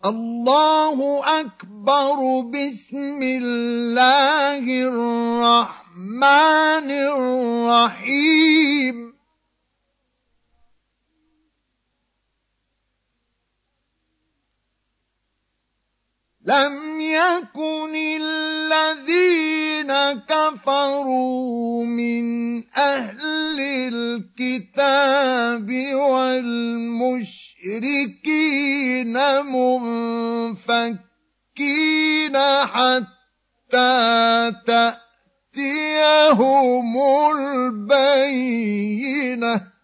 الله أكبر. بسم الله الرحمن الرحيم. لم يكن الذين كفروا من أهل الكتاب والمشركين منفكين حتى تأتيهم البينة.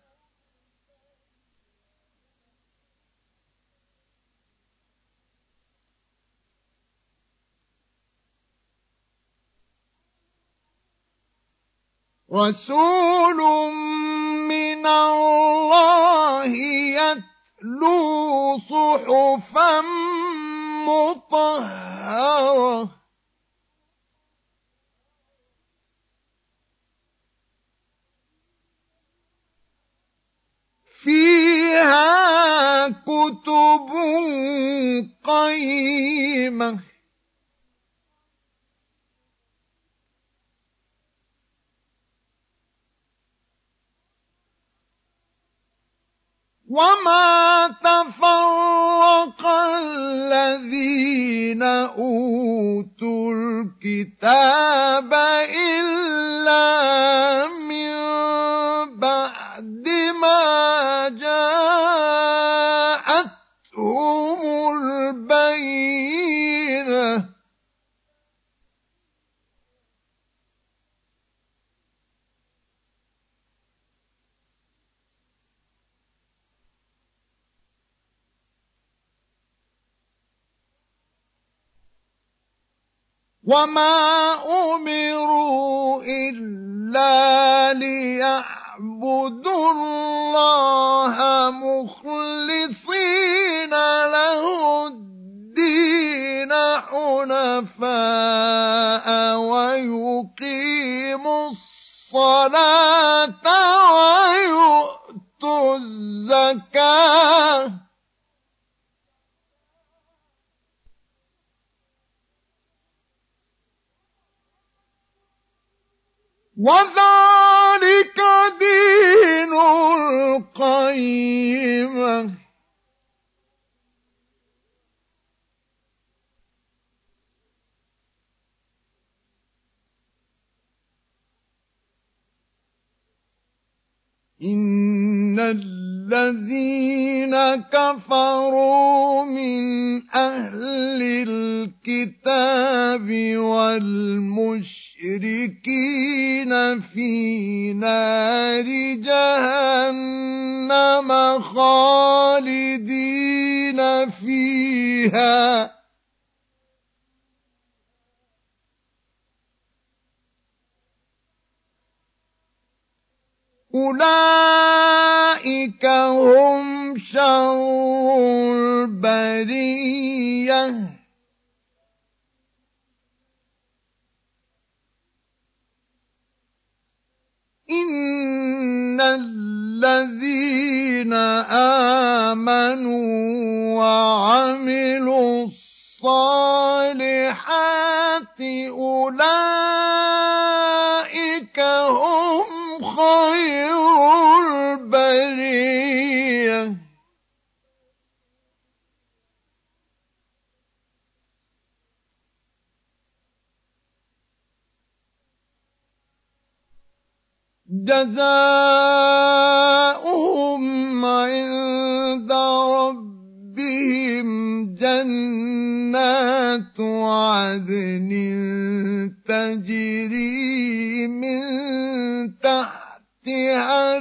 رسول من الله يتلو صحفا مطهرة فيها كتب قيمة وما تفرق الذين أوتوا الكتاب إلا من بعد ما جاءتهم البينة. وما أمروا إلا ليعبدوا الله مخلصين له الدين حنفاء ويقيموا الصلاة ويؤتوا الزكاة وذلك دين القيمة. إن الذين كفروا من أهل الكتاب والمشركين في نار جهنم خالدين فيها أولئك هم شر البرية. إن الذين آمنوا وعملوا الصالحات أولئك هم خير البرية. جزاؤهم عند ربهم جنات عدن تجري من تحتها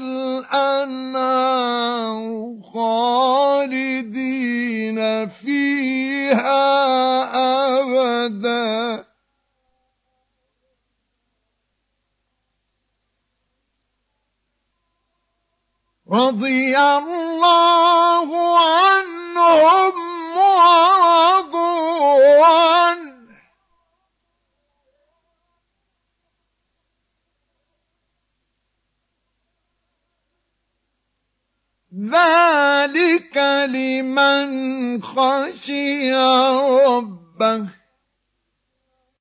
الأنهار خالدين فيها أبدا. رضي الله عنهم ورضوا عنه ذلك لمن خشي ربه